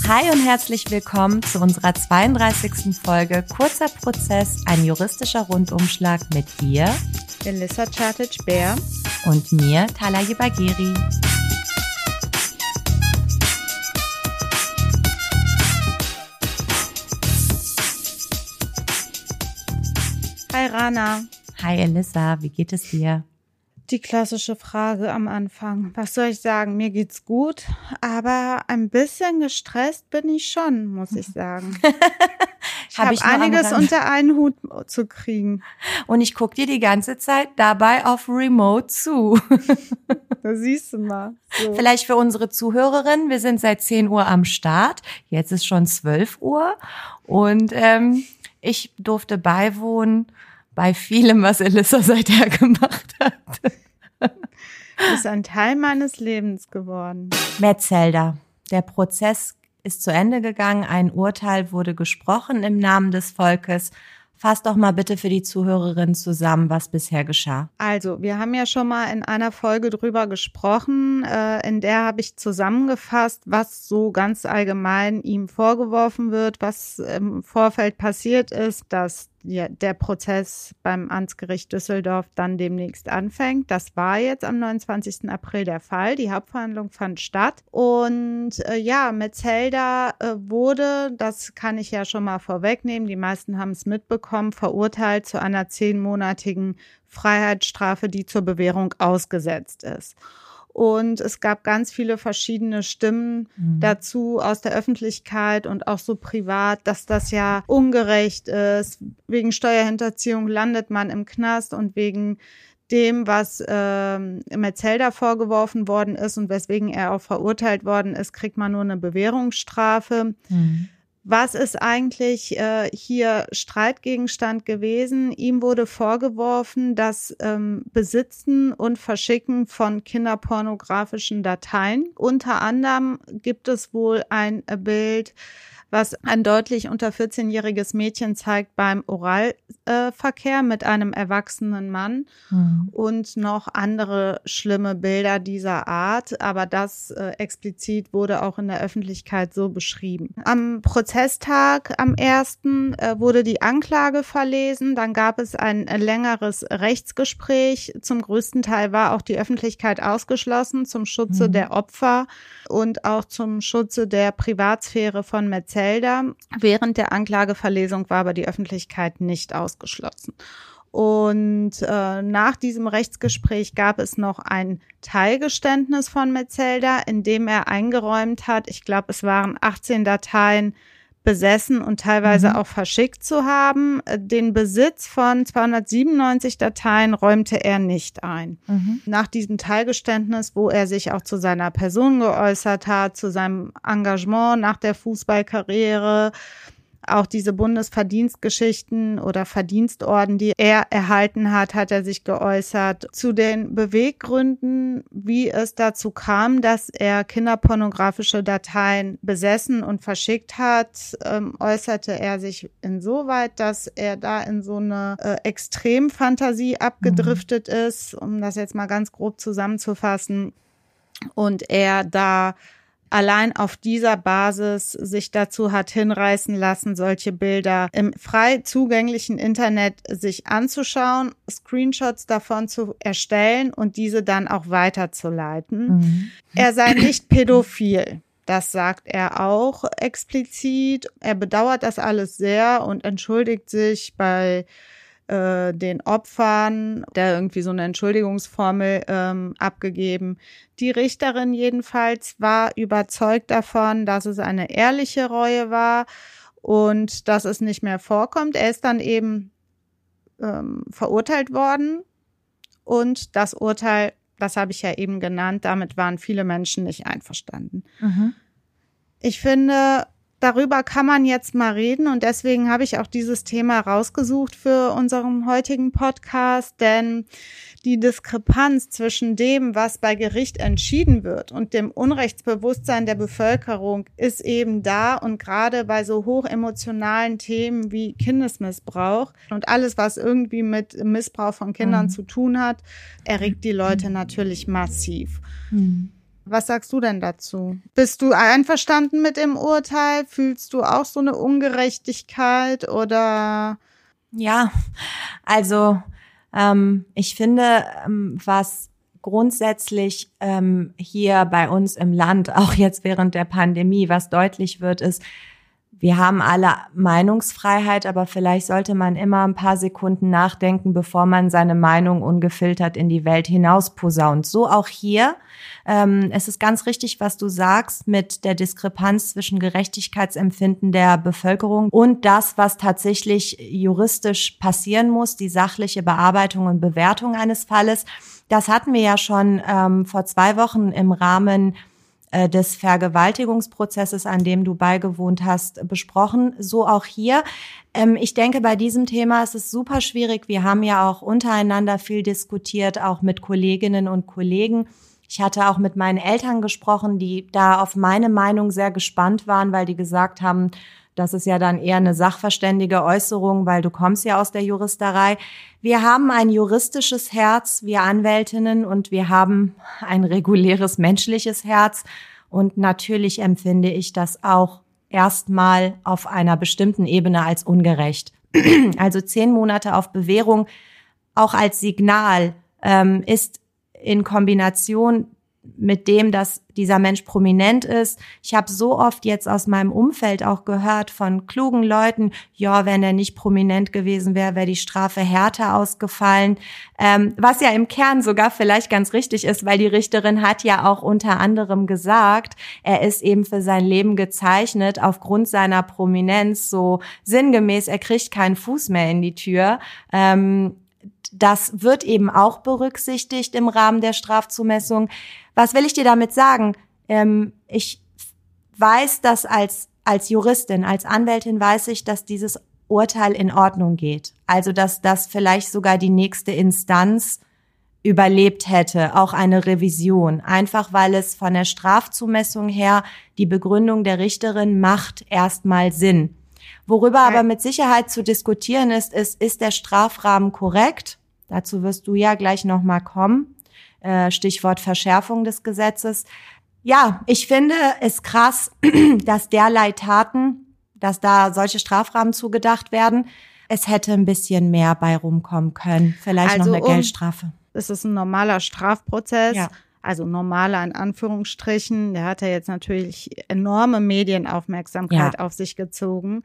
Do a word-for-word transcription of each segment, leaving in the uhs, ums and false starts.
Hi und herzlich willkommen zu unserer zweiunddreißigsten Folge Kurzer Prozess, ein juristischer Rundumschlag mit dir, Elissa Čateč-Bär und mir, Talaye Bagheri. Hi Rana. Hi Elissa, wie geht es dir? Die klassische Frage am Anfang. Was soll ich sagen? Mir geht's gut, aber ein bisschen gestresst bin ich schon, muss ich sagen. Ich habe hab einiges unter einen Hut zu kriegen. Und ich gucke dir die ganze Zeit dabei auf Remote zu. Da siehst du mal. So. Vielleicht für unsere Zuhörerinnen, wir sind seit zehn Uhr am Start. Jetzt ist schon zwölf Uhr und ähm, ich durfte beiwohnen bei vielem, was Elissa seither gemacht hat. Das ist ein Teil meines Lebens geworden. Metzelder. Der Prozess ist zu Ende gegangen. Ein Urteil wurde gesprochen im Namen des Volkes. Fass doch mal bitte für die Zuhörerinnen zusammen, was bisher geschah. Also, wir haben ja schon mal in einer Folge drüber gesprochen, äh, in der habe ich zusammengefasst, was so ganz allgemein ihm vorgeworfen wird, was im Vorfeld passiert ist, dass ja, der Prozess beim Amtsgericht Düsseldorf dann demnächst anfängt. Das war jetzt am neunundzwanzigsten April der Fall. Die Hauptverhandlung fand statt. Und äh, ja, Metzelder äh, wurde, das kann ich ja schon mal vorwegnehmen, die meisten haben es mitbekommen, verurteilt zu einer zehnmonatigen Freiheitsstrafe, die zur Bewährung ausgesetzt ist. Und es gab ganz viele verschiedene Stimmen mhm. dazu aus der Öffentlichkeit und auch so privat, dass das ja ungerecht ist. Wegen Steuerhinterziehung landet man im Knast und wegen dem, was ähm, Metzelder vorgeworfen worden ist und weswegen er auch verurteilt worden ist, kriegt man nur eine Bewährungsstrafe. Mhm. Was ist eigentlich äh, hier Streitgegenstand gewesen? Ihm wurde vorgeworfen, das ähm, Besitzen und Verschicken von kinderpornografischen Dateien. Unter anderem gibt es wohl ein Bild, was ein deutlich unter vierzehnjähriges Mädchen zeigt beim Oralverkehr äh, mit einem erwachsenen Mann mhm. und noch andere schlimme Bilder dieser Art. Aber das äh, explizit wurde auch in der Öffentlichkeit so beschrieben. Am Prozesstag, am ersten, äh, wurde die Anklage verlesen. Dann gab es ein äh, längeres Rechtsgespräch. Zum größten Teil war auch die Öffentlichkeit ausgeschlossen zum Schutze mhm. der Opfer und auch zum Schutze der Privatsphäre von Metzelder. Während der Anklageverlesung war aber die Öffentlichkeit nicht ausgeschlossen. Und äh, nach diesem Rechtsgespräch gab es noch ein Teilgeständnis von Metzelder, in dem er eingeräumt hat, ich glaube, es waren achtzehn Dateien besessen und teilweise mhm. auch verschickt zu haben. Den Besitz von zweihundertsiebenundneunzig Dateien räumte er nicht ein. Mhm. Nach diesem Teilgeständnis, wo er sich auch zu seiner Person geäußert hat, zu seinem Engagement nach der Fußballkarriere, auch diese Bundesverdienstgeschichten oder Verdienstorden, die er erhalten hat, hat er sich geäußert. Zu den Beweggründen, wie es dazu kam, dass er kinderpornografische Dateien besessen und verschickt hat, ähm, äußerte er sich insoweit, dass er da in so eine äh, Extremfantasie abgedriftet mhm. ist, um das jetzt mal ganz grob zusammenzufassen. Und er da allein auf dieser Basis sich dazu hat hinreißen lassen, solche Bilder im frei zugänglichen Internet sich anzuschauen, Screenshots davon zu erstellen und diese dann auch weiterzuleiten. Mhm. Er sei nicht pädophil. Das sagt er auch explizit. Er bedauert das alles sehr und entschuldigt sich bei den Opfern, der irgendwie so eine Entschuldigungsformel ähm, abgegeben. Die Richterin jedenfalls war überzeugt davon, dass es eine ehrliche Reue war und dass es nicht mehr vorkommt. Er ist dann eben ähm, verurteilt worden und das Urteil, das habe ich ja eben genannt, damit waren viele Menschen nicht einverstanden. Mhm. Ich finde, darüber kann man jetzt mal reden und deswegen habe ich auch dieses Thema rausgesucht für unseren heutigen Podcast, denn die Diskrepanz zwischen dem, was bei Gericht entschieden wird und dem Unrechtsbewusstsein der Bevölkerung ist eben da und gerade bei so hochemotionalen Themen wie Kindesmissbrauch und alles, was irgendwie mit Missbrauch von Kindern mhm. zu tun hat, erregt die Leute natürlich massiv. Mhm. Was sagst du denn dazu? Bist du einverstanden mit dem Urteil? Fühlst du auch so eine Ungerechtigkeit oder? Ja, also ähm, ich finde, ähm, was grundsätzlich ähm, hier bei uns im Land, auch jetzt während der Pandemie, was deutlich wird, ist, wir haben alle Meinungsfreiheit, aber vielleicht sollte man immer ein paar Sekunden nachdenken, bevor man seine Meinung ungefiltert in die Welt hinaus posaunt. So auch hier. Ähm, es ist ganz richtig, was du sagst mit der Diskrepanz zwischen Gerechtigkeitsempfinden der Bevölkerung und das, was tatsächlich juristisch passieren muss, die sachliche Bearbeitung und Bewertung eines Falles. Das hatten wir ja schon ähm, vor zwei Wochen im Rahmen des Vergewaltigungsprozesses, an dem du beigewohnt hast, besprochen. So auch hier. Ich denke, bei diesem Thema ist es super schwierig. Wir haben ja auch untereinander viel diskutiert, auch mit Kolleginnen und Kollegen. Ich hatte auch mit meinen Eltern gesprochen, die da auf meine Meinung sehr gespannt waren, weil die gesagt haben, das ist ja dann eher eine sachverständige Äußerung, weil du kommst ja aus der Juristerei. Wir haben ein juristisches Herz, wir Anwältinnen, und wir haben ein reguläres menschliches Herz. Und natürlich empfinde ich das auch erstmal auf einer bestimmten Ebene als ungerecht. Also zehn Monate auf Bewährung, auch als Signal, ähm, ist in Kombination mit dem, dass dieser Mensch prominent ist. Ich habe so oft jetzt aus meinem Umfeld auch gehört von klugen Leuten, ja, wenn er nicht prominent gewesen wäre, wäre die Strafe härter ausgefallen. Ähm, was ja im Kern sogar vielleicht ganz richtig ist, weil die Richterin hat ja auch unter anderem gesagt, er ist eben für sein Leben gezeichnet aufgrund seiner Prominenz, so sinngemäß, er kriegt keinen Fuß mehr in die Tür. Ähm, Das wird eben auch berücksichtigt im Rahmen der Strafzumessung. Was will ich dir damit sagen? Ähm, ich weiß, dass als als Juristin, als Anwältin weiß ich, dass dieses Urteil in Ordnung geht. Also, dass das vielleicht sogar die nächste Instanz überlebt hätte, auch eine Revision. Einfach, weil es von der Strafzumessung her die Begründung der Richterin macht erstmal Sinn. Worüber aber mit Sicherheit zu diskutieren ist, ist, ist der Strafrahmen korrekt? Dazu wirst du ja gleich nochmal kommen. Stichwort Verschärfung des Gesetzes. Ja, ich finde es krass, dass derlei Taten, dass da solche Strafrahmen zugedacht werden. Es hätte ein bisschen mehr bei rumkommen können. Vielleicht also noch eine um, Geldstrafe. Es ist ein normaler Strafprozess. Ja. Also normaler in Anführungsstrichen. Der hat ja jetzt natürlich enorme Medienaufmerksamkeit ja. auf sich gezogen.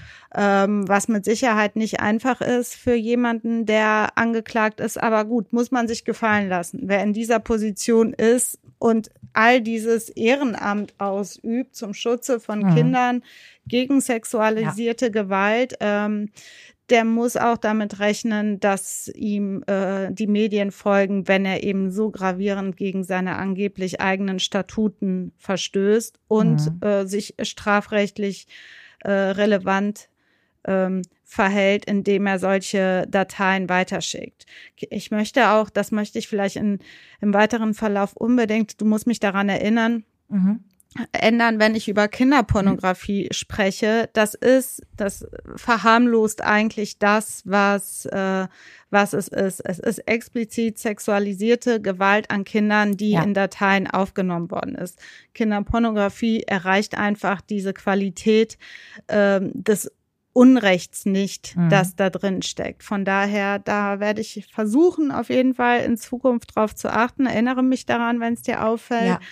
Ähm, was mit Sicherheit nicht einfach ist für jemanden, der angeklagt ist. Aber gut, muss man sich gefallen lassen. Wer in dieser Position ist und all dieses Ehrenamt ausübt zum Schutze von mhm. Kindern gegen sexualisierte ja. Gewalt, ähm, der muss auch damit rechnen, dass ihm äh, die Medien folgen, wenn er eben so gravierend gegen seine angeblich eigenen Statuten verstößt und mhm. äh, sich strafrechtlich äh, relevant ähm, verhält, indem er solche Dateien weiterschickt. Ich möchte auch, das möchte ich vielleicht in, im weiteren Verlauf unbedingt, du musst mich daran erinnern, mhm. ändern, wenn ich über Kinderpornografie spreche. Das ist, das verharmlost eigentlich das, was äh, was es ist. Es ist explizit sexualisierte Gewalt an Kindern, die ja. in Dateien aufgenommen worden ist. Kinderpornografie erreicht einfach diese Qualität äh, des Unrechts nicht, mhm. das da drin steckt. Von daher, da werde ich versuchen, auf jeden Fall in Zukunft drauf zu achten. Erinnere mich daran, wenn es dir auffällt. Ja.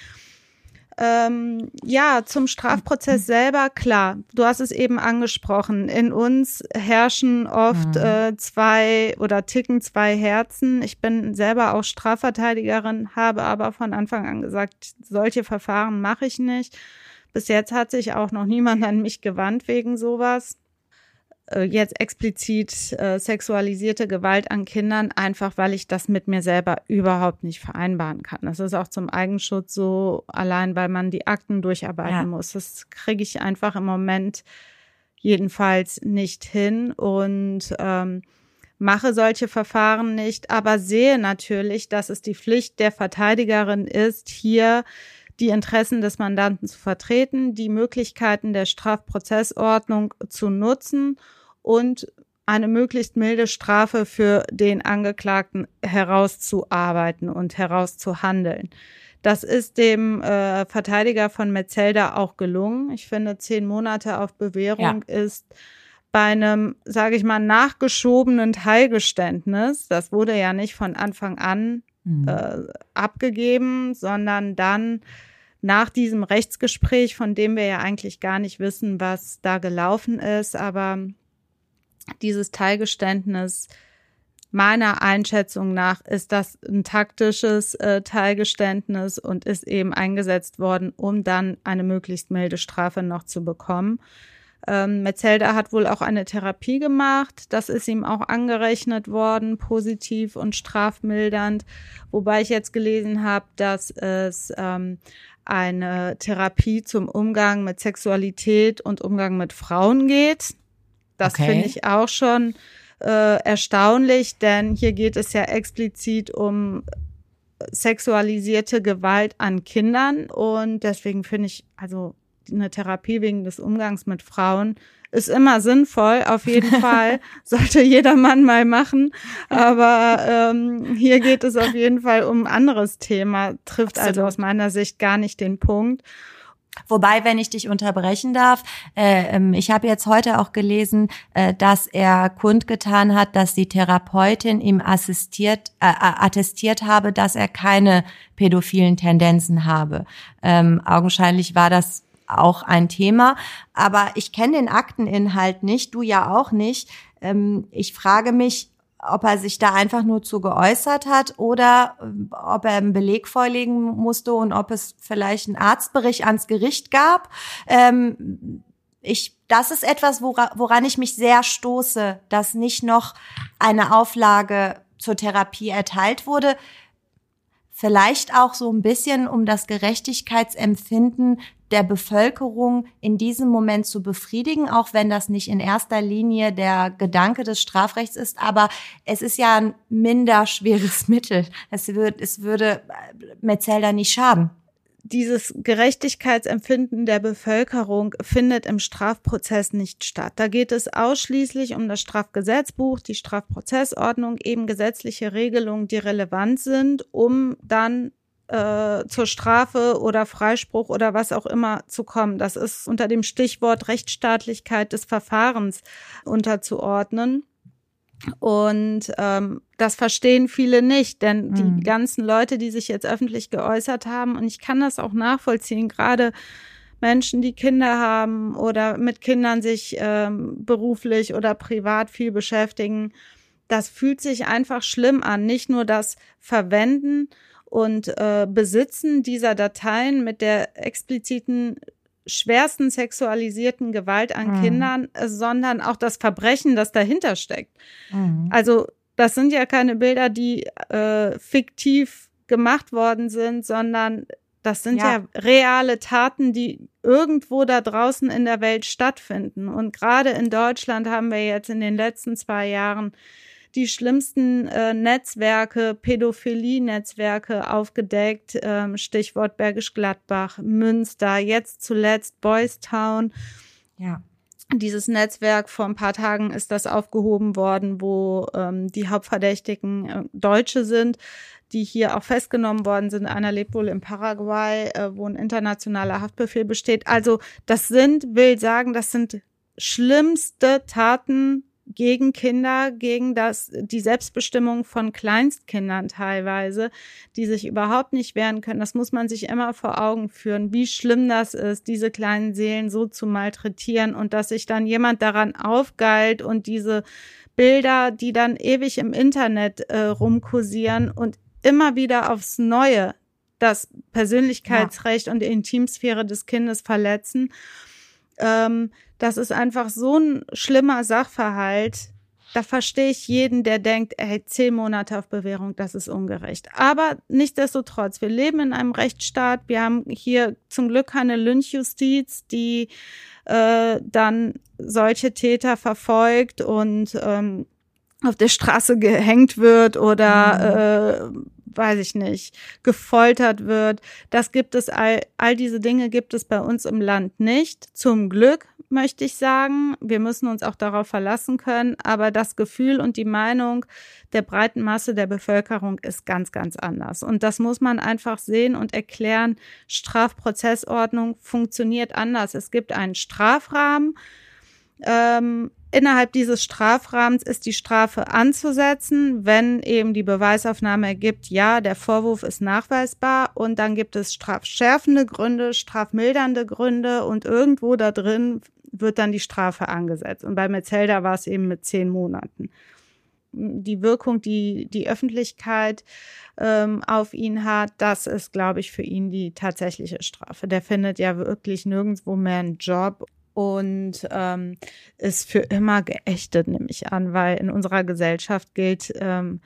Ähm, ja, zum Strafprozess selber, klar, du hast es eben angesprochen, in uns herrschen oft mhm. äh, zwei oder ticken zwei Herzen. Ich bin selber auch Strafverteidigerin, habe aber von Anfang an gesagt, solche Verfahren mache ich nicht. Bis jetzt hat sich auch noch niemand an mich gewandt wegen sowas. Jetzt explizit äh, sexualisierte Gewalt an Kindern, einfach weil ich das mit mir selber überhaupt nicht vereinbaren kann. Das ist auch zum Eigenschutz so, allein weil man die Akten durcharbeiten ja. muss. Das kriege ich einfach im Moment jedenfalls nicht hin und ähm, mache solche Verfahren nicht, aber sehe natürlich, dass es die Pflicht der Verteidigerin ist, hier die Interessen des Mandanten zu vertreten, die Möglichkeiten der Strafprozessordnung zu nutzen und eine möglichst milde Strafe für den Angeklagten herauszuarbeiten und herauszuhandeln. Das ist dem äh, Verteidiger von Metzelder auch gelungen. Ich finde, zehn Monate auf Bewährung ja. ist bei einem, sage ich mal, nachgeschobenen Teilgeständnis, das wurde ja nicht von Anfang an mhm. äh, abgegeben, sondern dann nach diesem Rechtsgespräch, von dem wir ja eigentlich gar nicht wissen, was da gelaufen ist, aber dieses Teilgeständnis, meiner Einschätzung nach, ist das ein taktisches äh, Teilgeständnis und ist eben eingesetzt worden, um dann eine möglichst milde Strafe noch zu bekommen. Ähm, Metzelder hat wohl auch eine Therapie gemacht, das ist ihm auch angerechnet worden, positiv und strafmildernd, wobei ich jetzt gelesen habe, dass es ähm, eine Therapie zum Umgang mit Sexualität und Umgang mit Frauen geht. Das okay. finde ich auch schon äh, erstaunlich, denn hier geht es ja explizit um sexualisierte Gewalt an Kindern und deswegen finde ich, also eine Therapie wegen des Umgangs mit Frauen ist immer sinnvoll, auf jeden Fall, sollte jeder Mann mal machen, aber ähm, hier geht es auf jeden Fall um ein anderes Thema, trifft Absolut. Also aus meiner Sicht gar nicht den Punkt. Wobei, wenn ich dich unterbrechen darf, äh, ich habe jetzt heute auch gelesen, äh, dass er kundgetan hat, dass die Therapeutin ihm assistiert, äh, attestiert habe, dass er keine pädophilen Tendenzen habe. Ähm, augenscheinlich war das auch ein Thema, aber ich kenne den Akteninhalt nicht, du ja auch nicht. Ähm, ich frage mich, ob er sich da einfach nur zu geäußert hat oder ob er einen Beleg vorlegen musste und ob es vielleicht einen Arztbericht ans Gericht gab. Ähm, ich, das ist etwas, wora, woran ich mich sehr stoße, dass nicht noch eine Auflage zur Therapie erteilt wurde. Vielleicht auch so ein bisschen, um das Gerechtigkeitsempfinden der Bevölkerung in diesem Moment zu befriedigen, auch wenn das nicht in erster Linie der Gedanke des Strafrechts ist, aber es ist ja ein minder schweres Mittel. Es würde, es würde Metzelder nicht schaden. Dieses Gerechtigkeitsempfinden der Bevölkerung findet im Strafprozess nicht statt. Da geht es ausschließlich um das Strafgesetzbuch, die Strafprozessordnung, eben gesetzliche Regelungen, die relevant sind, um dann äh, zur Strafe oder Freispruch oder was auch immer zu kommen. Das ist unter dem Stichwort Rechtsstaatlichkeit des Verfahrens unterzuordnen. Und ähm, das verstehen viele nicht, denn mhm. die ganzen Leute, die sich jetzt öffentlich geäußert haben, und ich kann das auch nachvollziehen, gerade Menschen, die Kinder haben oder mit Kindern sich ähm, beruflich oder privat viel beschäftigen, das fühlt sich einfach schlimm an. Nicht nur das Verwenden und äh, Besitzen dieser Dateien mit der expliziten schwersten sexualisierten Gewalt an mhm. Kindern, sondern auch das Verbrechen, das dahinter steckt. Mhm. Also das sind ja keine Bilder, die äh, fiktiv gemacht worden sind, sondern das sind ja. ja reale Taten, die irgendwo da draußen in der Welt stattfinden. Und gerade in Deutschland haben wir jetzt in den letzten zwei Jahren die schlimmsten äh, Netzwerke, Pädophilie-Netzwerke aufgedeckt, ähm, Stichwort Bergisch Gladbach, Münster, jetzt zuletzt Boys Town. Ja. Dieses Netzwerk, vor ein paar Tagen ist das aufgehoben worden, wo ähm, die Hauptverdächtigen äh, Deutsche sind, die hier auch festgenommen worden sind. Einer lebt wohl in Paraguay, äh, wo ein internationaler Haftbefehl besteht. Also das sind, will sagen, das sind schlimmste Taten gegen Kinder, gegen das die Selbstbestimmung von Kleinstkindern teilweise, die sich überhaupt nicht wehren können. Das muss man sich immer vor Augen führen, wie schlimm das ist, diese kleinen Seelen so zu malträtieren und dass sich dann jemand daran aufgeilt und diese Bilder, die dann ewig im Internet äh, rumkursieren und immer wieder aufs Neue das Persönlichkeitsrecht ja. und die Intimsphäre des Kindes verletzen. Ähm, das ist einfach so ein schlimmer Sachverhalt. Da verstehe ich jeden, der denkt, ey, zehn Monate auf Bewährung, das ist ungerecht. Aber nichtsdestotrotz, wir leben in einem Rechtsstaat. Wir haben hier zum Glück keine Lynchjustiz, die äh, dann solche Täter verfolgt und ähm, auf der Straße gehängt wird oder mhm. äh, weiß ich nicht, gefoltert wird. Das gibt es, all, all diese Dinge gibt es bei uns im Land nicht. Zum Glück möchte ich sagen. Wir müssen uns auch darauf verlassen können. Aber das Gefühl und die Meinung der breiten Masse der Bevölkerung ist ganz, ganz anders. Und das muss man einfach sehen und erklären. Strafprozessordnung funktioniert anders. Es gibt einen Strafrahmen. Ähm, innerhalb dieses Strafrahmens ist die Strafe anzusetzen, wenn eben die Beweisaufnahme ergibt, ja, der Vorwurf ist nachweisbar, und dann gibt es strafschärfende Gründe, strafmildernde Gründe, und irgendwo da drin wird dann die Strafe angesetzt. Und bei Metzelder war es eben mit zehn Monaten. Die Wirkung, die die Öffentlichkeit ähm, auf ihn hat, das ist, glaube ich, für ihn die tatsächliche Strafe. Der findet ja wirklich nirgendwo mehr einen Job. Und ähm, ist für immer geächtet, nehme ich an, weil in unserer Gesellschaft gilt ähm,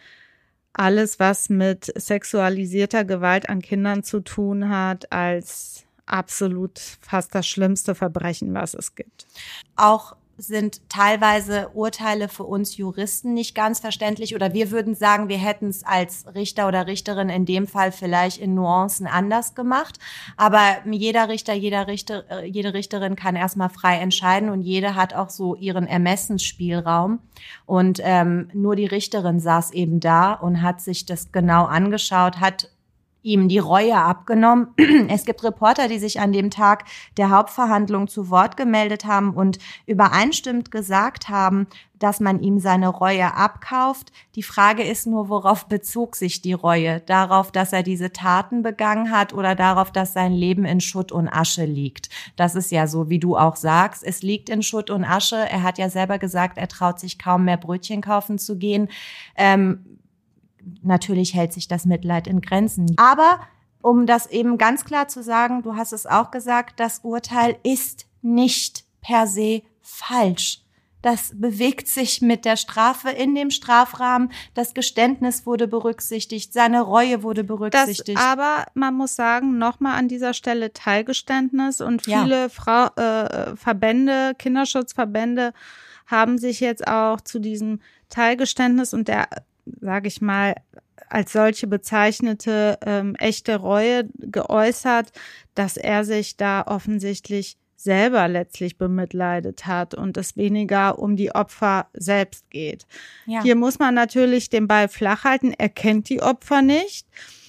alles, was mit sexualisierter Gewalt an Kindern zu tun hat, als absolut fast das schlimmste Verbrechen, was es gibt. Auch sind teilweise Urteile für uns Juristen nicht ganz verständlich, oder wir würden sagen, wir hätten es als Richter oder Richterin in dem Fall vielleicht in Nuancen anders gemacht. Aber jeder Richter, jeder Richter, jede Richterin kann erstmal frei entscheiden, und jede hat auch so ihren Ermessensspielraum. Und ähm, nur die Richterin saß eben da und hat sich das genau angeschaut, hat ihm die Reue abgenommen. Es gibt Reporter, die sich an dem Tag der Hauptverhandlung zu Wort gemeldet haben und übereinstimmend gesagt haben, dass man ihm seine Reue abkauft. Die Frage ist nur, worauf bezog sich die Reue? Darauf, dass er diese Taten begangen hat, oder darauf, dass sein Leben in Schutt und Asche liegt? Das ist ja so, wie du auch sagst. Es liegt in Schutt und Asche. Er hat ja selber gesagt, er traut sich kaum mehr Brötchen kaufen zu gehen. Ähm, Natürlich hält sich das Mitleid in Grenzen. Aber um das eben ganz klar zu sagen, du hast es auch gesagt, das Urteil ist nicht per se falsch. Das bewegt sich mit der Strafe in dem Strafrahmen. Das Geständnis wurde berücksichtigt, seine Reue wurde berücksichtigt. Das, aber man muss sagen, nochmal an dieser Stelle Teilgeständnis, und viele ja. Frau, äh, Verbände, Kinderschutzverbände haben sich jetzt auch zu diesem Teilgeständnis und der, sage ich mal, als solche bezeichnete ähm, echte Reue geäußert, dass er sich da offensichtlich selber letztlich bemitleidet hat und es weniger um die Opfer selbst geht. Ja. Hier muss man natürlich den Ball flach halten. Er kennt die Opfer nicht.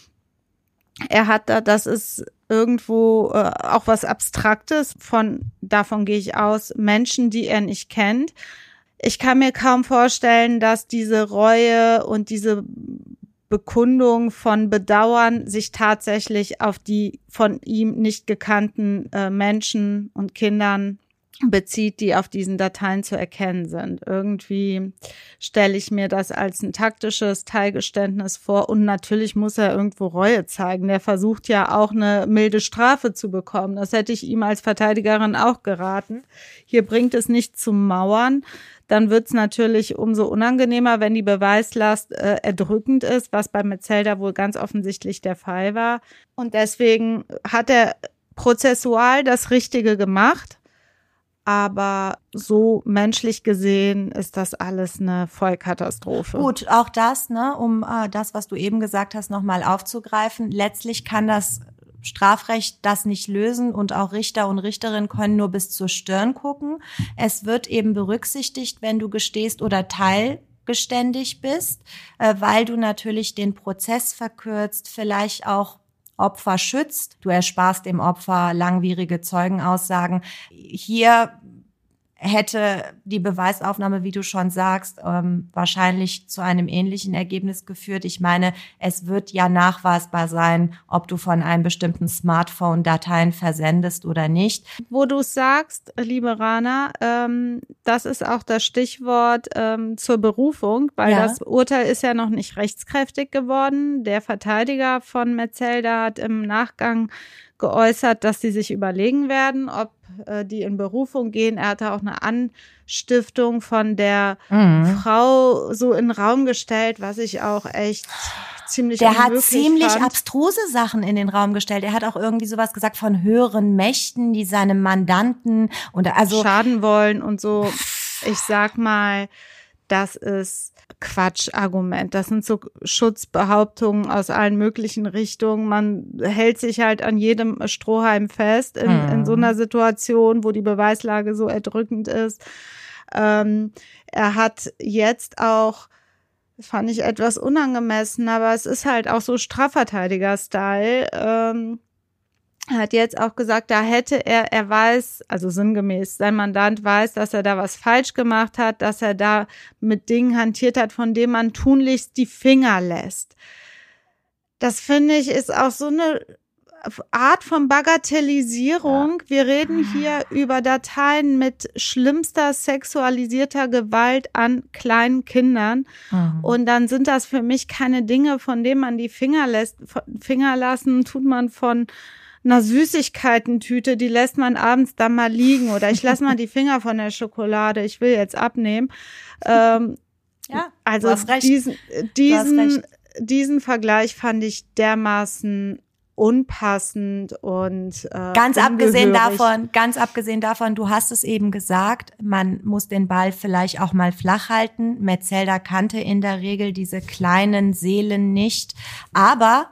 Er hat da, das ist irgendwo äh, auch was Abstraktes, von, davon gehe ich aus, Menschen, die er nicht kennt. Ich kann mir kaum vorstellen, dass diese Reue und diese Bekundung von Bedauern sich tatsächlich auf die von ihm nicht gekannten äh, Menschen und Kindern bezieht, die auf diesen Dateien zu erkennen sind. Irgendwie stelle ich mir das als ein taktisches Teilgeständnis vor, und natürlich muss er irgendwo Reue zeigen. Der versucht ja auch eine milde Strafe zu bekommen. Das hätte ich ihm als Verteidigerin auch geraten. Hier bringt es nicht zum Mauern. Dann wird es natürlich umso unangenehmer, wenn die Beweislast äh, erdrückend ist, was bei Metzelder wohl ganz offensichtlich der Fall war. Und deswegen hat er prozessual das Richtige gemacht. Aber so menschlich gesehen ist das alles eine Vollkatastrophe. Gut, auch das, ne, um äh, das, was du eben gesagt hast, nochmal aufzugreifen. Letztlich kann das Strafrecht das nicht lösen, und auch Richter und Richterinnen können nur bis zur Stirn gucken. Es wird eben berücksichtigt, wenn du gestehst oder teilgeständig bist, äh, weil du natürlich den Prozess verkürzt, vielleicht auch Opfer schützt. Du ersparst dem Opfer langwierige Zeugenaussagen. Hier hätte die Beweisaufnahme, wie du schon sagst, ähm, wahrscheinlich zu einem ähnlichen Ergebnis geführt. Ich meine, es wird ja nachweisbar sein, ob du von einem bestimmten Smartphone Dateien versendest oder nicht. Wo du sagst, liebe Rana, ähm, das ist auch das Stichwort ähm, zur Berufung, weil ja. das Urteil ist ja noch nicht rechtskräftig geworden. Der Verteidiger von Metzelder hat im Nachgang geäußert, dass sie sich überlegen werden, ob äh, die in Berufung gehen. Er hatte auch eine Anstiftung von der mhm. Frau so in den Raum gestellt, was ich auch echt ziemlich Der hat unmöglich ziemlich fand. abstruse Sachen in den Raum gestellt. Er hat auch irgendwie sowas gesagt von höheren Mächten, die seinem Mandanten und also schaden wollen und so. Ich sag mal, das ist Quatschargument. Das sind so Schutzbehauptungen aus allen möglichen Richtungen. Man hält sich halt an jedem Strohhalm fest in, hm. in so einer Situation, wo die Beweislage so erdrückend ist. Ähm, er hat jetzt auch, fand ich etwas unangemessen, aber es ist halt auch so Strafverteidiger-Style, ähm, er hat jetzt auch gesagt, da hätte er, er weiß, also sinngemäß, sein Mandant weiß, dass er da was falsch gemacht hat, dass er da mit Dingen hantiert hat, von denen man tunlichst die Finger lässt. Das finde ich ist auch so eine Art von Bagatellisierung. Ja. Wir reden hier über Dateien mit schlimmster sexualisierter Gewalt an kleinen Kindern. Mhm. Und dann sind das für mich keine Dinge, von denen man die Finger lässt. Finger lassen tut man von einer Süßigkeitentüte, die lässt man abends dann mal liegen, oder ich lasse mal die Finger von der Schokolade, ich will jetzt abnehmen. Ähm, ja, also diesen, diesen, diesen Vergleich fand ich dermaßen unpassend und äh, ganz abgesehen davon, ganz abgesehen davon, du hast es eben gesagt, man muss den Ball vielleicht auch mal flach halten. Metzelder kannte in der Regel diese kleinen Seelen nicht, aber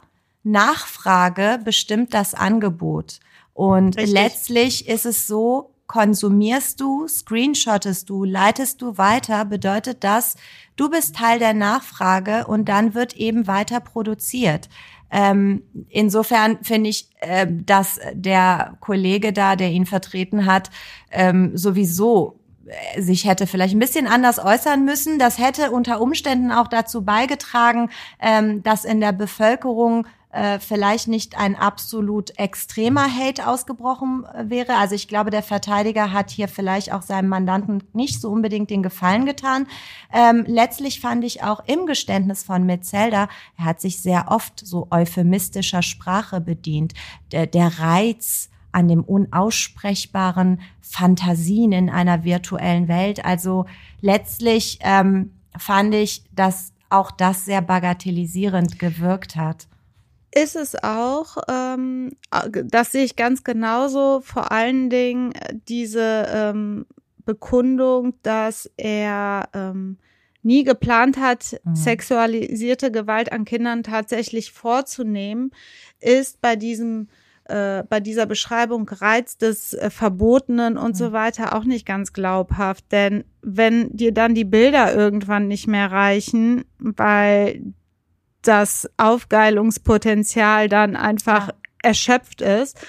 Nachfrage bestimmt das Angebot. Und Richtig. Letztlich ist es so, konsumierst du, screenshottest du, leitest du weiter, bedeutet das, du bist Teil der Nachfrage und dann wird eben weiter produziert. Ähm, insofern finde ich, äh, dass der Kollege da, der ihn vertreten hat, ähm, sowieso sich hätte vielleicht ein bisschen anders äußern müssen. Das hätte unter Umständen auch dazu beigetragen, ähm, dass in der Bevölkerung äh, vielleicht nicht ein absolut extremer Hate ausgebrochen wäre. Also ich glaube, der Verteidiger hat hier vielleicht auch seinem Mandanten nicht so unbedingt den Gefallen getan. Ähm, letztlich fand ich auch im Geständnis von Metzelder, er hat sich sehr oft so euphemistischer Sprache bedient. Der, der Reiz an dem unaussprechbaren Fantasien in einer virtuellen Welt. Also letztlich ähm, fand ich, dass auch das sehr bagatellisierend gewirkt hat. Ist es auch, ähm, das sehe ich ganz genauso, vor allen Dingen diese ähm, Bekundung, dass er ähm, nie geplant hat, mhm. sexualisierte Gewalt an Kindern tatsächlich vorzunehmen, ist bei diesem äh, bei dieser Beschreibung Reiz des äh, Verbotenen und mhm. so weiter auch nicht ganz glaubhaft. Denn wenn dir dann die Bilder irgendwann nicht mehr reichen, weil das Aufgeilungspotenzial dann einfach ja. erschöpft ist,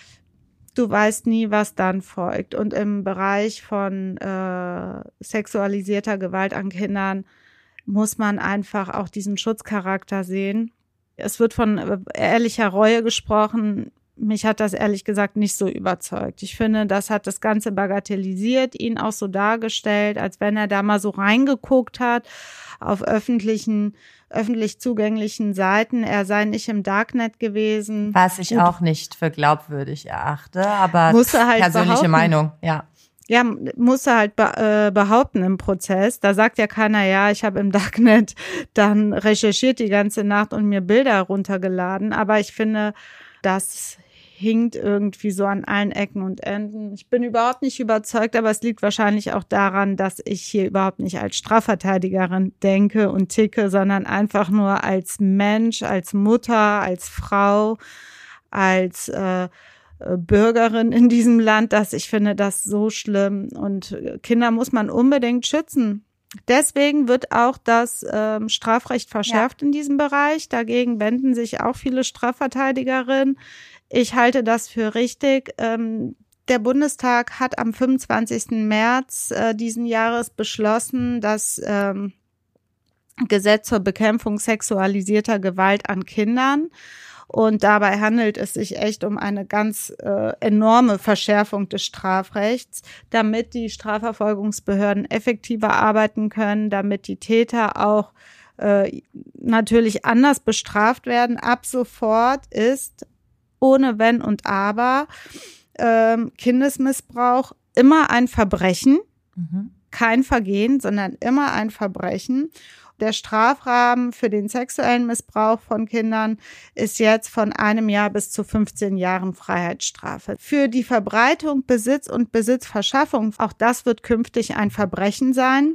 du weißt nie, was dann folgt. Und im Bereich von äh, sexualisierter Gewalt an Kindern muss man einfach auch diesen Schutzcharakter sehen. Es wird von äh, ehrlicher Reue gesprochen. Mich hat das ehrlich gesagt nicht so überzeugt. Ich finde, das hat das Ganze bagatellisiert, ihn auch so dargestellt, als wenn er da mal so reingeguckt hat auf öffentlichen, öffentlich zugänglichen Seiten. Er sei nicht im Darknet gewesen. Was ich Gut. auch nicht für glaubwürdig erachte, aber musste halt persönliche behaupten. Meinung, ja. Ja, musste halt be- äh, behaupten im Prozess. Da sagt ja keiner, ja, ich habe im Darknet dann recherchiert die ganze Nacht und mir Bilder runtergeladen. Aber ich finde, das hinkt irgendwie so an allen Ecken und Enden. Ich bin überhaupt nicht überzeugt, aber es liegt wahrscheinlich auch daran, dass ich hier überhaupt nicht als Strafverteidigerin denke und ticke, sondern einfach nur als Mensch, als Mutter, als Frau, als äh, Bürgerin in diesem Land, dass ich finde das so schlimm. Und Kinder muss man unbedingt schützen. Deswegen wird auch das ähm, Strafrecht verschärft ja. in diesem Bereich. Dagegen wenden sich auch viele Strafverteidigerinnen. Ich halte das für richtig. Ähm, der Bundestag hat am fünfundzwanzigsten März äh, diesen Jahres beschlossen, das ähm, Gesetz zur Bekämpfung sexualisierter Gewalt an Kindern. Und dabei handelt es sich echt um eine ganz äh, enorme Verschärfung des Strafrechts, damit die Strafverfolgungsbehörden effektiver arbeiten können, damit die Täter auch äh, natürlich anders bestraft werden. Ab sofort ist ohne Wenn und Aber ähm, Kindesmissbrauch immer ein Verbrechen, mhm. kein Vergehen, sondern immer ein Verbrechen. Der Strafrahmen für den sexuellen Missbrauch von Kindern ist jetzt von einem Jahr bis zu fünfzehn Jahren Freiheitsstrafe. Für die Verbreitung, Besitz und Besitzverschaffung, auch das wird künftig ein Verbrechen sein.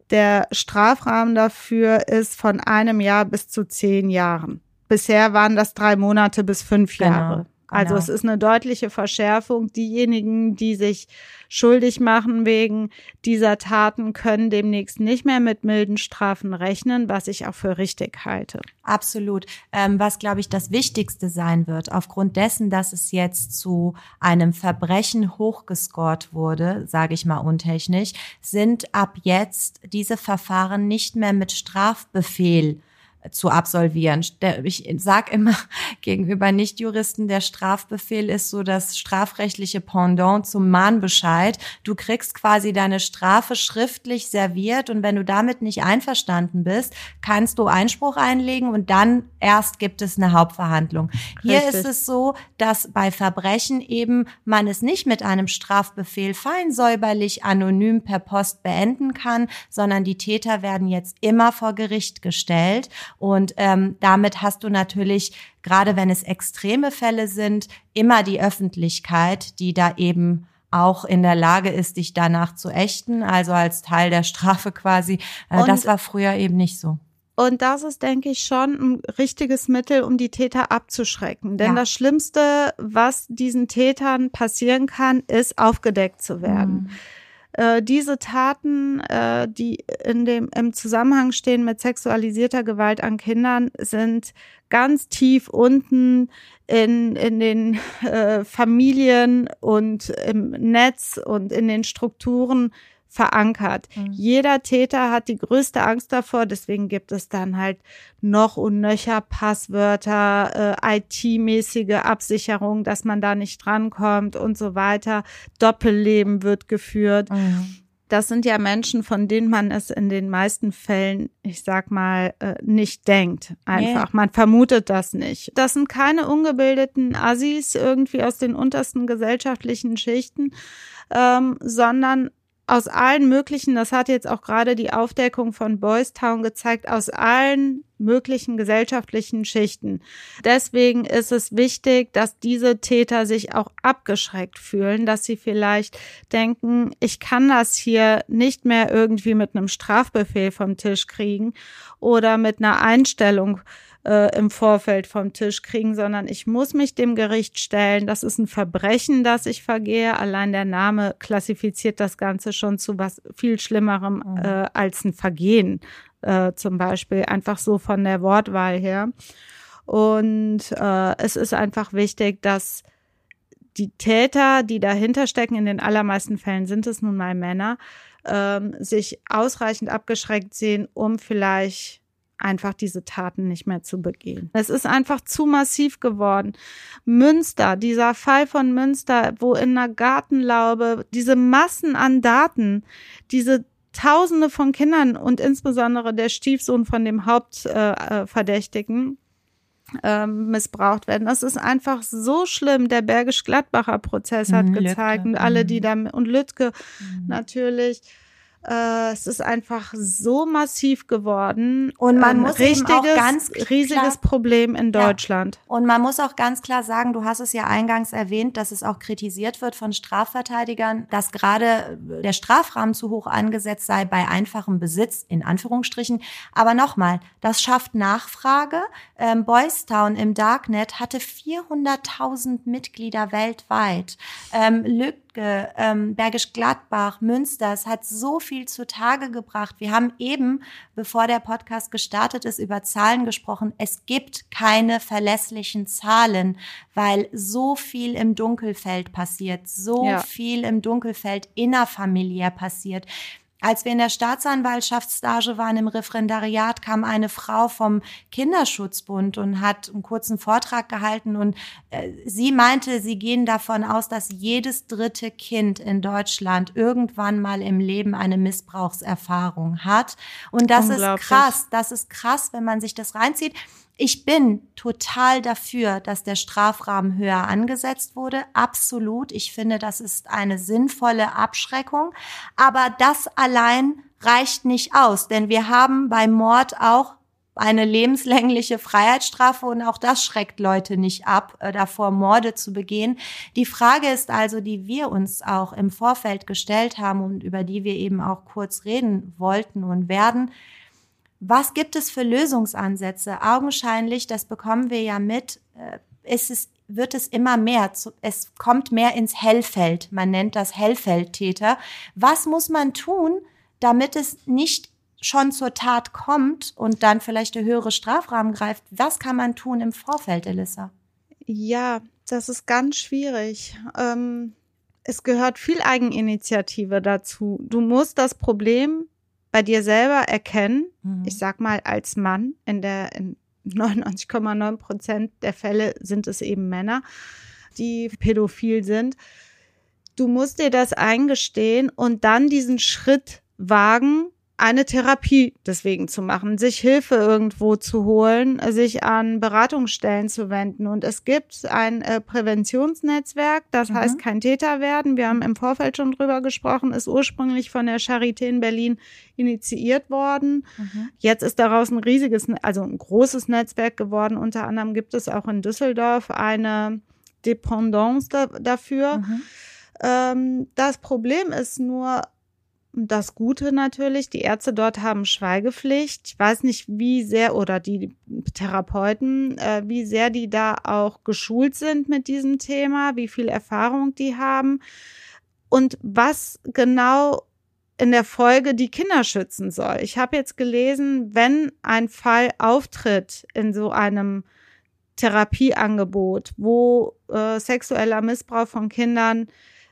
Der Strafrahmen dafür ist von einem Jahr bis zu zehn Jahren. Bisher waren das drei Monate bis fünf Jahre. Genau. Also Genau. es ist eine deutliche Verschärfung. Diejenigen, die sich schuldig machen wegen dieser Taten, können demnächst nicht mehr mit milden Strafen rechnen, was ich auch für richtig halte. Absolut. Ähm, was, glaube ich, das Wichtigste sein wird, aufgrund dessen, dass es jetzt zu einem Verbrechen hochgescored wurde, sage ich mal untechnisch, sind ab jetzt diese Verfahren nicht mehr mit Strafbefehl zu absolvieren. Ich sage immer gegenüber Nichtjuristen, der Strafbefehl ist so das strafrechtliche Pendant zum Mahnbescheid. Du kriegst quasi deine Strafe schriftlich serviert und wenn du damit nicht einverstanden bist, kannst du Einspruch einlegen und dann erst gibt es eine Hauptverhandlung. Hier Richtig. ist es so, dass bei Verbrechen eben man es nicht mit einem Strafbefehl feinsäuberlich anonym per Post beenden kann, sondern die Täter werden jetzt immer vor Gericht gestellt. Und ähm, damit hast du natürlich, gerade wenn es extreme Fälle sind, immer die Öffentlichkeit, die da eben auch in der Lage ist, dich danach zu ächten, also als Teil der Strafe quasi. Äh, das war früher eben nicht so. Und das ist, denke ich, schon ein richtiges Mittel, um die Täter abzuschrecken. Denn Ja. das Schlimmste, was diesen Tätern passieren kann, ist, aufgedeckt zu werden. Mhm. Äh, diese Taten, äh, die in dem, im Zusammenhang stehen mit sexualisierter Gewalt an Kindern, sind ganz tief unten in, in den äh, Familien und im Netz und in den Strukturen verankert. Mhm. Jeder Täter hat die größte Angst davor, deswegen gibt es dann halt noch und nöcher Passwörter, äh, I T-mäßige Absicherung, dass man da nicht drankommt und so weiter. Doppelleben wird geführt. Mhm. Das sind ja Menschen, von denen man es in den meisten Fällen, ich sag mal, äh, nicht denkt. Einfach. Nee. Man vermutet das nicht. Das sind keine ungebildeten Assis irgendwie aus den untersten gesellschaftlichen Schichten, ähm, sondern aus allen möglichen, das hat jetzt auch gerade die Aufdeckung von Boys Town gezeigt, aus allen möglichen gesellschaftlichen Schichten. Deswegen ist es wichtig, dass diese Täter sich auch abgeschreckt fühlen, dass sie vielleicht denken, ich kann das hier nicht mehr irgendwie mit einem Strafbefehl vom Tisch kriegen oder mit einer Einstellung im Vorfeld vom Tisch kriegen, sondern ich muss mich dem Gericht stellen. Das ist ein Verbrechen, das ich vergehe. Allein der Name klassifiziert das Ganze schon zu was viel Schlimmerem mhm. äh, als ein Vergehen, äh, zum Beispiel, einfach so von der Wortwahl her. Und äh, es ist einfach wichtig, dass die Täter, die dahinter stecken, in den allermeisten Fällen sind es nun mal Männer, äh, sich ausreichend abgeschreckt sehen, um vielleicht einfach diese Taten nicht mehr zu begehen. Es ist einfach zu massiv geworden. Münster, dieser Fall von Münster, wo in einer Gartenlaube diese Massen an Daten, diese Tausende von Kindern und insbesondere der Stiefsohn von dem Hauptverdächtigen äh, äh, missbraucht werden. Das ist einfach so schlimm. Der Bergisch-Gladbacher Prozess hat mhm, gezeigt Lütke. Und alle, die da, und Lütke mhm. natürlich. Es ist einfach so massiv geworden und man muss richtiges, eben auch ganz riesiges klar, Problem in Deutschland. Ja. Und man muss auch ganz klar sagen, du hast es ja eingangs erwähnt, dass es auch kritisiert wird von Strafverteidigern, dass gerade der Strafrahmen zu hoch angesetzt sei bei einfachem Besitz, in Anführungsstrichen. Aber nochmal, das schafft Nachfrage. Ähm, Boys Town im Darknet hatte vierhunderttausend Mitglieder weltweit. Ähm, Lück Ähm, Bergisch Gladbach, Münster, es hat so viel zutage gebracht. Wir haben eben, bevor der Podcast gestartet ist, über Zahlen gesprochen. Es gibt keine verlässlichen Zahlen, weil so viel im Dunkelfeld passiert, so ja. viel im Dunkelfeld innerfamiliär passiert. Als wir in der Staatsanwaltschaftsstage waren im Referendariat, kam eine Frau vom Kinderschutzbund und hat einen kurzen Vortrag gehalten und äh, sie meinte, sie gehen davon aus, dass jedes dritte Kind in Deutschland irgendwann mal im Leben eine Missbrauchserfahrung hat. Und das ist krass, das ist krass, wenn man sich das reinzieht. Ich bin total dafür, dass der Strafrahmen höher angesetzt wurde. Absolut. Ich finde, das ist eine sinnvolle Abschreckung. Aber das allein reicht nicht aus, denn wir haben beim Mord auch eine lebenslängliche Freiheitsstrafe und auch das schreckt Leute nicht ab, äh, davor Morde zu begehen. Die Frage ist also, die wir uns auch im Vorfeld gestellt haben und über die wir eben auch kurz reden wollten und werden: Was gibt es für Lösungsansätze? Augenscheinlich, das bekommen wir ja mit, äh, ist es wird es immer mehr, es kommt mehr ins Hellfeld. Man nennt das Hellfeldtäter. Was muss man tun, damit es nicht schon zur Tat kommt und dann vielleicht der höhere Strafrahmen greift? Was kann man tun im Vorfeld, Elissa? Ja, das ist ganz schwierig. Ähm, es gehört viel Eigeninitiative dazu. Du musst das Problem bei dir selber erkennen. Mhm. Ich sag mal, als Mann in der in neunundneunzig Komma neun Prozent der Fälle sind es eben Männer, die pädophil sind. Du musst dir das eingestehen und dann diesen Schritt wagen, eine Therapie deswegen zu machen, sich Hilfe irgendwo zu holen, sich an Beratungsstellen zu wenden. Und es gibt ein äh, Präventionsnetzwerk, das mhm. heißt kein Täter werden. Wir haben im Vorfeld schon drüber gesprochen, ist ursprünglich von der Charité in Berlin initiiert worden. Mhm. Jetzt ist daraus ein riesiges, also ein großes Netzwerk geworden. Unter anderem gibt es auch in Düsseldorf eine Dependance da, dafür. Mhm. Ähm, das Problem ist nur, das Gute natürlich, die Ärzte dort haben Schweigepflicht. Ich weiß nicht, wie sehr, oder die Therapeuten, äh, wie sehr die da auch geschult sind mit diesem Thema, wie viel Erfahrung die haben und was genau in der Folge die Kinder schützen soll. Ich habe jetzt gelesen, wenn ein Fall auftritt in so einem Therapieangebot, wo äh, sexueller Missbrauch von Kindern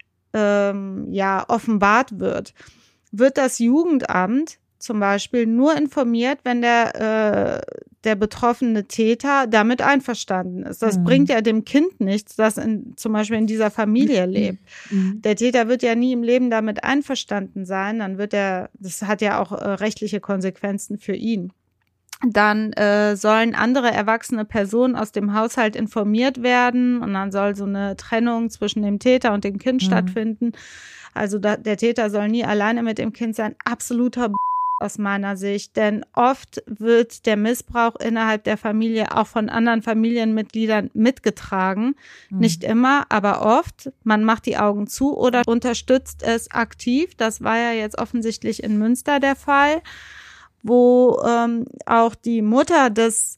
ähm, ja offenbart wird, wird das Jugendamt zum Beispiel nur informiert, wenn der, äh, der betroffene Täter damit einverstanden ist. Das mhm. bringt ja dem Kind nichts, das in, zum Beispiel in dieser Familie lebt. Mhm. Der Täter wird ja nie im Leben damit einverstanden sein. Dann wird er, das hat ja auch äh, rechtliche Konsequenzen für ihn. Dann äh, sollen andere erwachsene Personen aus dem Haushalt informiert werden und dann soll so eine Trennung zwischen dem Täter und dem Kind mhm. stattfinden. Also da, der Täter soll nie alleine mit dem Kind sein. Absoluter B- aus meiner Sicht, denn oft wird der Missbrauch innerhalb der Familie auch von anderen Familienmitgliedern mitgetragen. Mhm. Nicht immer, aber oft. Man macht die Augen zu oder unterstützt es aktiv. Das war ja jetzt offensichtlich in Münster der Fall, wo ähm, auch die Mutter des,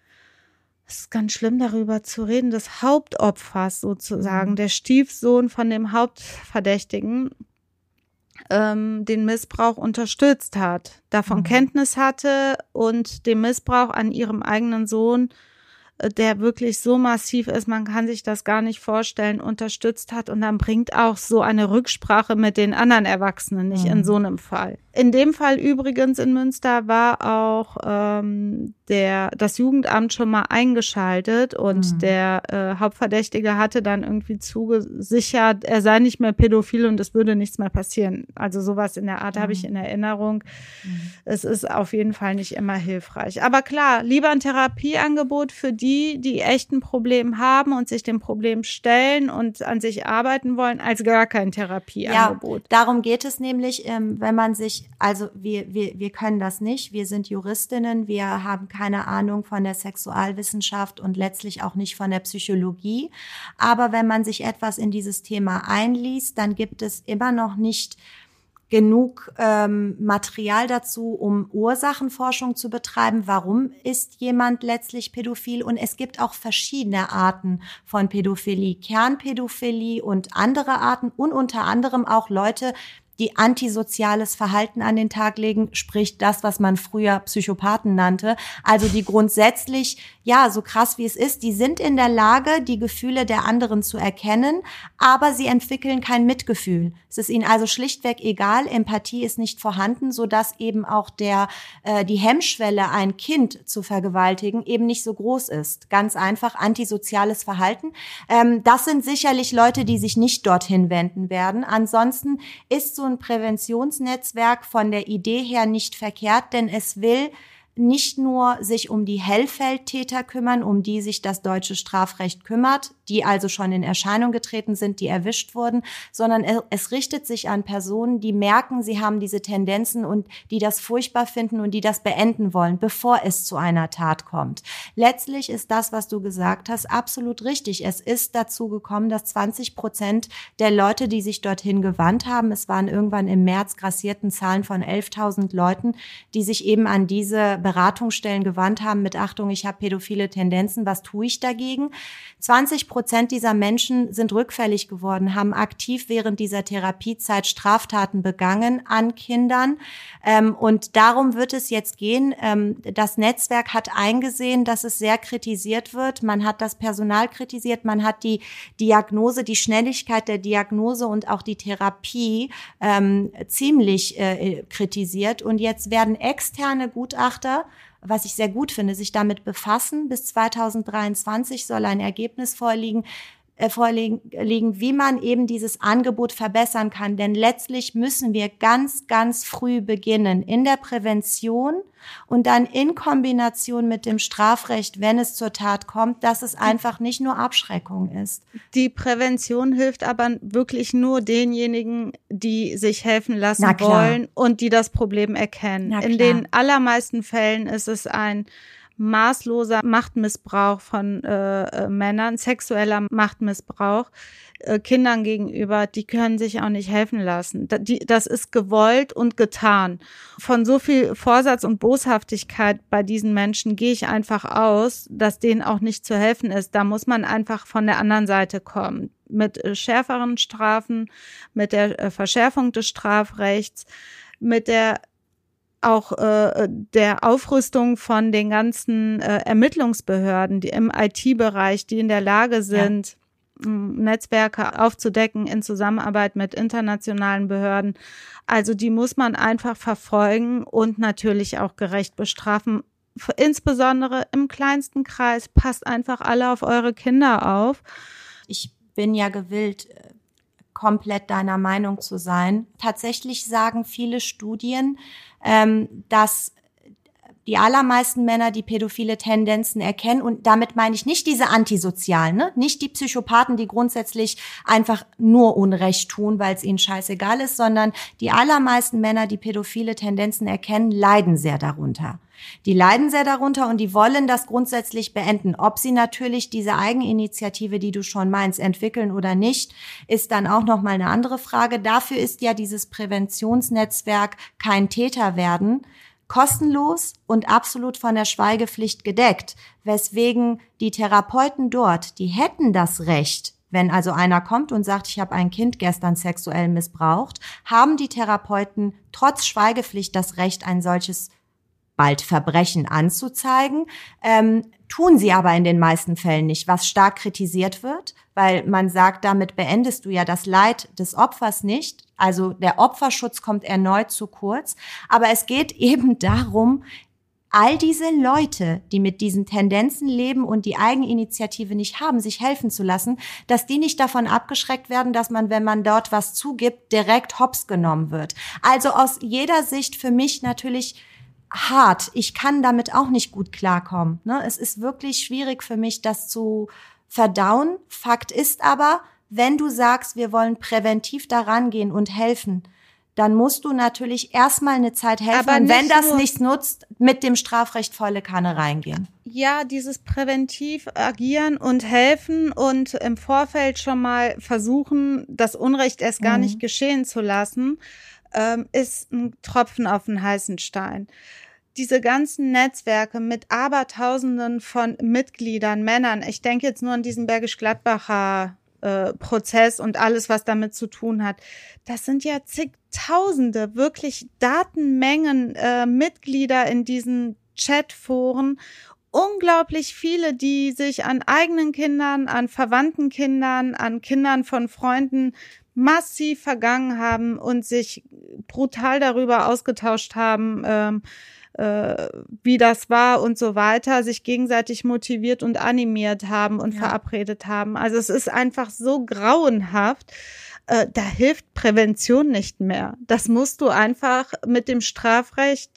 es ist ganz schlimm darüber zu reden, des Hauptopfers sozusagen, mhm. der Stiefsohn von dem Hauptverdächtigen, ähm, den Missbrauch unterstützt hat, davon mhm. Kenntnis hatte und den Missbrauch an ihrem eigenen Sohn, der wirklich so massiv ist, man kann sich das gar nicht vorstellen, unterstützt hat. Und dann bringt auch so eine Rücksprache mit den anderen Erwachsenen nicht mhm. in so einem Fall. In dem Fall übrigens in Münster war auch ähm, der das Jugendamt schon mal eingeschaltet und mhm. der äh, Hauptverdächtige hatte dann irgendwie zugesichert, er sei nicht mehr pädophil und es würde nichts mehr passieren. Also sowas in der Art mhm. habe ich in Erinnerung. Mhm. Es ist auf jeden Fall nicht immer hilfreich. Aber klar, lieber ein Therapieangebot für die, die echt ein Problem haben und sich dem Problem stellen und an sich arbeiten wollen, als gar kein Therapieangebot. Ja, darum geht es nämlich, ähm, wenn man sich, also wir, wir, wir können das nicht, wir sind Juristinnen, wir haben keine Ahnung von der Sexualwissenschaft und letztlich auch nicht von der Psychologie, aber wenn man sich etwas in dieses Thema einliest, dann gibt es immer noch nicht genug ähm, Material dazu, um Ursachenforschung zu betreiben. Warum ist jemand letztlich pädophil? Und es gibt auch verschiedene Arten von Pädophilie, Kernpädophilie und andere Arten und unter anderem auch Leute, die antisoziales Verhalten an den Tag legen, sprich das, was man früher Psychopathen nannte. Also die grundsätzlich, ja, so krass wie es ist, die sind in der Lage, die Gefühle der anderen zu erkennen, aber sie entwickeln kein Mitgefühl. Es ist ihnen also schlichtweg egal, Empathie ist nicht vorhanden, sodass eben auch der äh, die Hemmschwelle, ein Kind zu vergewaltigen, eben nicht so groß ist. Ganz einfach antisoziales Verhalten. Ähm, das sind sicherlich Leute, die sich nicht dorthin wenden werden. Ansonsten ist so ein Präventionsnetzwerk von der Idee her nicht verkehrt, denn es will nicht nur sich um die Hellfeldtäter kümmern, um die sich das deutsche Strafrecht kümmert, die also schon in Erscheinung getreten sind, die erwischt wurden, sondern es richtet sich an Personen, die merken, sie haben diese Tendenzen und die das furchtbar finden und die das beenden wollen, bevor es zu einer Tat kommt. Letztlich ist das, was du gesagt hast, absolut richtig. Es ist dazu gekommen, dass zwanzig Prozent der Leute, die sich dorthin gewandt haben, es waren irgendwann im März grassierten Zahlen von elftausend Leuten, die sich eben an diese Beratungsstellen gewandt haben mit Achtung, ich habe pädophile Tendenzen, was tue ich dagegen? zwanzig Prozent dieser Menschen sind rückfällig geworden, haben aktiv während dieser Therapiezeit Straftaten begangen an Kindern. Ähm, und darum wird es jetzt gehen. Ähm, das Netzwerk hat eingesehen, dass es sehr kritisiert wird. Man hat das Personal kritisiert, man hat die Diagnose, die Schnelligkeit der Diagnose und auch die Therapie ähm, ziemlich äh, kritisiert. Und jetzt werden externe Gutachter, was ich sehr gut finde, sich damit befassen. Bis zweitausenddreiundzwanzig soll ein Ergebnis vorliegen, äh, vorliegen, wie man eben dieses Angebot verbessern kann. Denn letztlich müssen wir ganz, ganz früh beginnen in der Prävention und dann in Kombination mit dem Strafrecht, wenn es zur Tat kommt, dass es einfach nicht nur Abschreckung ist. Die Prävention hilft aber wirklich nur denjenigen, die sich helfen lassen wollen und die das Problem erkennen. In den allermeisten Fällen ist es ein maßloser Machtmissbrauch von äh, Männern, sexueller Machtmissbrauch äh, Kindern gegenüber, die können sich auch nicht helfen lassen. Da, die, das ist gewollt und getan. Von so viel Vorsatz und Boshaftigkeit bei diesen Menschen gehe ich einfach aus, dass denen auch nicht zu helfen ist. Da muss man einfach von der anderen Seite kommen. Mit äh, schärferen Strafen, mit der äh, Verschärfung des Strafrechts, mit der auch äh, der Aufrüstung von den ganzen äh, Ermittlungsbehörden, die im I T-Bereich, die in der Lage sind, ja. Netzwerke aufzudecken in Zusammenarbeit mit internationalen Behörden. Also die muss man einfach verfolgen und natürlich auch gerecht bestrafen. Insbesondere im kleinsten Kreis. Passt einfach alle auf eure Kinder auf. Ich bin ja gewillt, komplett deiner Meinung zu sein. Tatsächlich sagen viele Studien, ähm, dass die allermeisten Männer, die pädophile Tendenzen erkennen, und damit meine ich nicht diese Antisozialen, ne? Nicht die Psychopathen, die grundsätzlich einfach nur Unrecht tun, weil es ihnen scheißegal ist, sondern die allermeisten Männer, die pädophile Tendenzen erkennen, leiden sehr darunter. Die leiden sehr darunter und die wollen das grundsätzlich beenden. Ob sie natürlich diese Eigeninitiative, die du schon meinst, entwickeln oder nicht, ist dann auch noch mal eine andere Frage. Dafür ist ja dieses Präventionsnetzwerk Kein Täter werden kostenlos und absolut von der Schweigepflicht gedeckt, weswegen die Therapeuten dort, die hätten das Recht, wenn also einer kommt und sagt, ich habe ein Kind gestern sexuell missbraucht, haben die Therapeuten trotz Schweigepflicht das Recht, ein solches bald Verbrechen anzuzeigen, ähm, tun sie aber in den meisten Fällen nicht, was stark kritisiert wird, weil man sagt, damit beendest du ja das Leid des Opfers nicht. Also der Opferschutz kommt erneut zu kurz. Aber es geht eben darum, all diese Leute, die mit diesen Tendenzen leben und die Eigeninitiative nicht haben, sich helfen zu lassen, dass die nicht davon abgeschreckt werden, dass man, wenn man dort was zugibt, direkt hops genommen wird. Also aus jeder Sicht für mich natürlich hart. Ich kann damit auch nicht gut klarkommen. Ne? Es ist wirklich schwierig für mich, das zu verdauen. Fakt ist aber, wenn du sagst, wir wollen präventiv daran gehen und helfen, dann musst du natürlich erstmal eine Zeit helfen. Aber und wenn das nur, nichts nutzt, mit dem Strafrecht volle Kanne reingehen. Ja, dieses präventiv agieren und helfen und im Vorfeld schon mal versuchen, das Unrecht erst gar mhm. nicht geschehen zu lassen, ähm, ist ein Tropfen auf den heißen Stein. Diese ganzen Netzwerke mit Abertausenden von Mitgliedern, Männern, ich denke jetzt nur an diesen Bergisch-Gladbacher äh, Prozess und alles, was damit zu tun hat, das sind ja zigtausende, wirklich Datenmengen äh, Mitglieder in diesen Chatforen, unglaublich viele, die sich an eigenen Kindern, an verwandten Kindern, an Kindern von Freunden massiv vergangen haben und sich brutal darüber ausgetauscht haben, ähm, äh, wie das war und so weiter, sich gegenseitig motiviert und animiert haben und ja. verabredet haben. Also es ist einfach so grauenhaft. Äh, da hilft Prävention nicht mehr. Das musst du einfach mit dem Strafrecht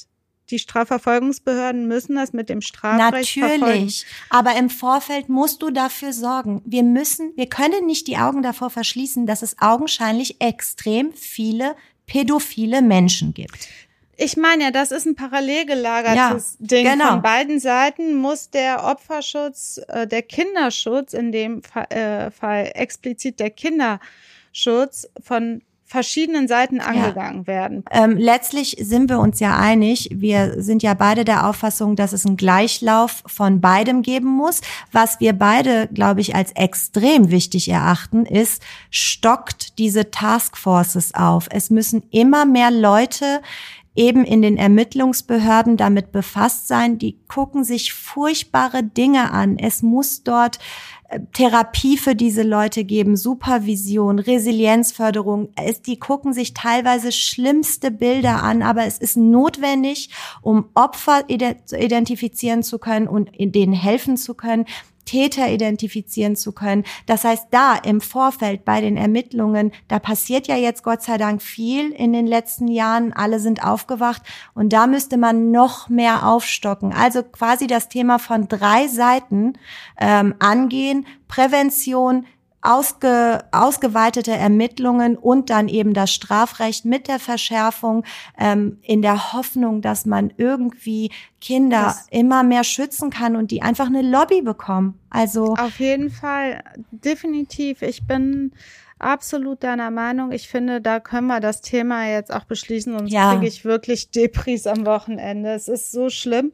die Strafverfolgungsbehörden müssen das mit dem Strafrecht Natürlich, verfolgen. aber im Vorfeld musst du dafür sorgen. Wir müssen, wir können nicht die Augen davor verschließen, dass es augenscheinlich extrem viele pädophile Menschen gibt. Ich meine ja, das ist ein parallel gelagertes ja, Ding. Genau. Von beiden Seiten muss der Opferschutz, äh, der Kinderschutz, in dem Fall, äh, Fall explizit der Kinderschutz, von verschiedenen Seiten angegangen ja. werden. Ähm, letztlich sind wir uns ja einig, wir sind ja beide der Auffassung, dass es einen Gleichlauf von beidem geben muss. Was wir beide, glaube ich, als extrem wichtig erachten, ist, stockt diese Taskforces auf. Es müssen immer mehr Leute eben in den Ermittlungsbehörden damit befasst sein, die gucken sich furchtbare Dinge an. Es muss dort Therapie für diese Leute geben, Supervision, Resilienzförderung. Es, die gucken sich teilweise schlimmste Bilder an, aber es ist notwendig, um Opfer identifizieren zu können und denen helfen zu können, Täter identifizieren zu können. Das heißt, da im Vorfeld bei den Ermittlungen, da passiert ja jetzt Gott sei Dank viel in den letzten Jahren. Alle sind aufgewacht und da müsste man noch mehr aufstocken. Also quasi das Thema von drei Seiten ähm, angehen. Prävention, Ausge, ausgeweitete Ermittlungen und dann eben das Strafrecht mit der Verschärfung ähm, in der Hoffnung, dass man irgendwie Kinder das immer mehr schützen kann und die einfach eine Lobby bekommen. Also auf jeden Fall, definitiv. Ich bin absolut deiner Meinung. Ich finde, da können wir das Thema jetzt auch beschließen, sonst ja. kriege ich wirklich Depris am Wochenende. Es ist so schlimm.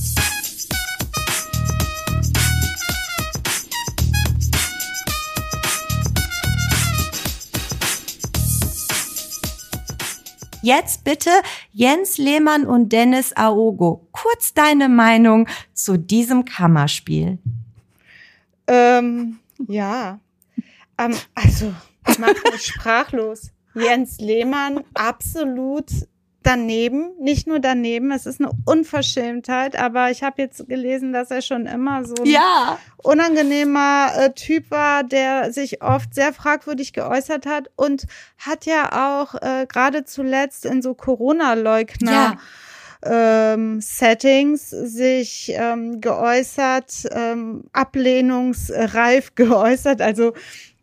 Jetzt bitte Jens Lehmann und Dennis Aogo. Kurz deine Meinung zu diesem Kammerspiel. Ähm, ja, ähm, also macht mich sprachlos. Jens Lehmann absolut daneben, nicht nur daneben, es ist eine Unverschämtheit, aber ich habe jetzt gelesen, dass er schon immer so ein ja. unangenehmer äh, Typ war, der sich oft sehr fragwürdig geäußert hat und hat ja auch äh, gerade zuletzt in so Corona-Leugner ja. ähm, Settings sich ähm, geäußert, ähm, ablehnungsreif geäußert, also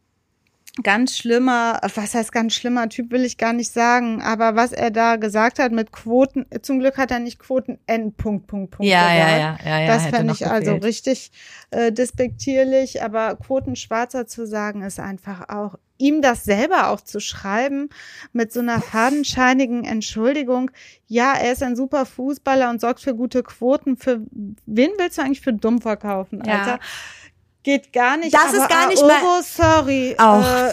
ganz schlimmer, was heißt ganz schlimmer Typ, will ich gar nicht sagen, aber was er da gesagt hat mit Quoten, zum Glück hat er nicht Quoten N, Punkt, Punkt, Punkt ja, gesagt. Ja, ja, ja, ja. Das fände ich gefehlt. also richtig äh, despektierlich, aber Quotenschwarzer zu sagen, ist einfach auch, ihm das selber auch zu schreiben, mit so einer fadenscheinigen Entschuldigung, ja, er ist ein super Fußballer und sorgt für gute Quoten, für wen willst du eigentlich für dumm verkaufen, Alter? Ja. Geht gar nicht. Das aber ist gar nicht Aogo, mal. sorry. Auch. Äh,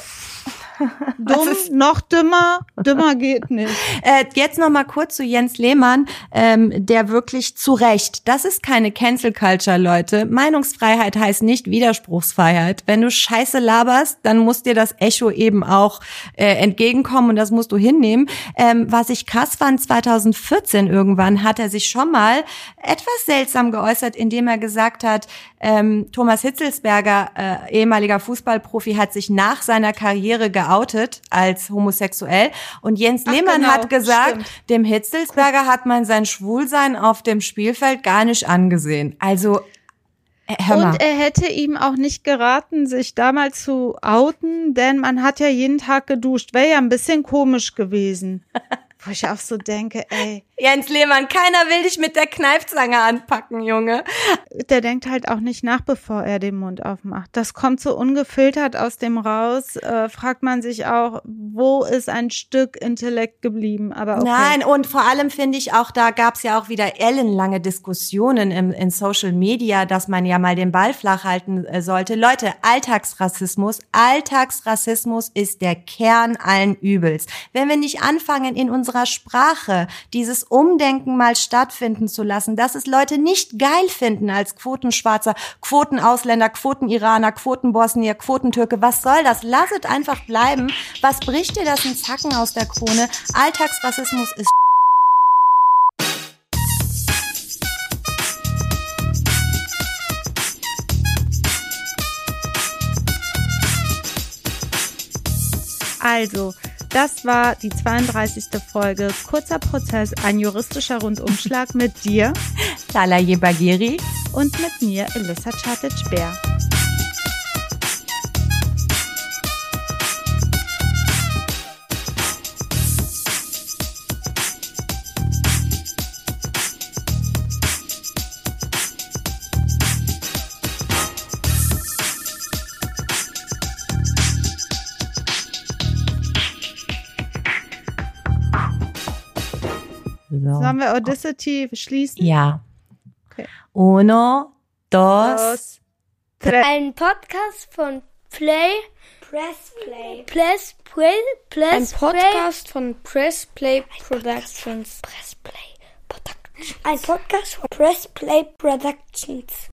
dumm, noch dümmer, dümmer geht nicht. Äh, jetzt noch mal kurz zu Jens Lehmann, ähm, der wirklich zu Recht, das ist keine Cancel Culture, Leute. Meinungsfreiheit heißt nicht Widerspruchsfreiheit. Wenn du Scheiße laberst, dann muss dir das Echo eben auch äh, entgegenkommen und das musst du hinnehmen. Ähm, was ich krass fand, zwanzig vierzehn irgendwann hat er sich schon mal etwas seltsam geäußert, indem er gesagt hat, ähm, Thomas Hitzelsberger, äh, ehemaliger Fußballprofi, hat sich nach seiner Karriere geoutet als homosexuell und Jens Ach, Lehmann genau, hat gesagt, stimmt. dem Hitzelsberger hat man sein Schwulsein auf dem Spielfeld gar nicht angesehen. Also hör mal. Und er hätte ihm auch nicht geraten, sich damals zu outen, denn man hat ja jeden Tag geduscht. Wäre ja ein bisschen komisch gewesen. Wo ich auch so denke, ey. Jens Lehmann, keiner will dich mit der Kneifzange anpacken, Junge. Der denkt halt auch nicht nach, bevor er den Mund aufmacht. Das kommt so ungefiltert aus dem raus. Äh, fragt man sich auch, wo ist ein Stück Intellekt geblieben? Aber okay. Nein, und vor allem finde ich auch, da gab es ja auch wieder ellenlange Diskussionen im, in Social Media, dass man ja mal den Ball flach halten äh, sollte. Leute, Alltagsrassismus, Alltagsrassismus ist der Kern allen Übels. Wenn wir nicht anfangen, in unserer Sprache dieses Umdenken mal stattfinden zu lassen, dass es Leute nicht geil finden als Quotenschwarzer, Quotenausländer, Quoteniraner, Quotenbosnier, Quotentürke. Was soll das? Lasset einfach bleiben. Was bricht dir das in Zacken aus der Krone? Alltagsrassismus ist Also, Das war die zweiunddreißigste Folge Kurzer Prozess, ein juristischer Rundumschlag mit dir, Lala Jebagiri und mit mir, Elissa Čateč-Bär. So. Sollen wir Audacity schließen? Ja. Okay. Uno, dos, Dos, tres. Ein Podcast von Play Press Play Press Play Press Ein Podcast von Press Play Productions. Press Play Productions. Ein Podcast von Press Play Productions.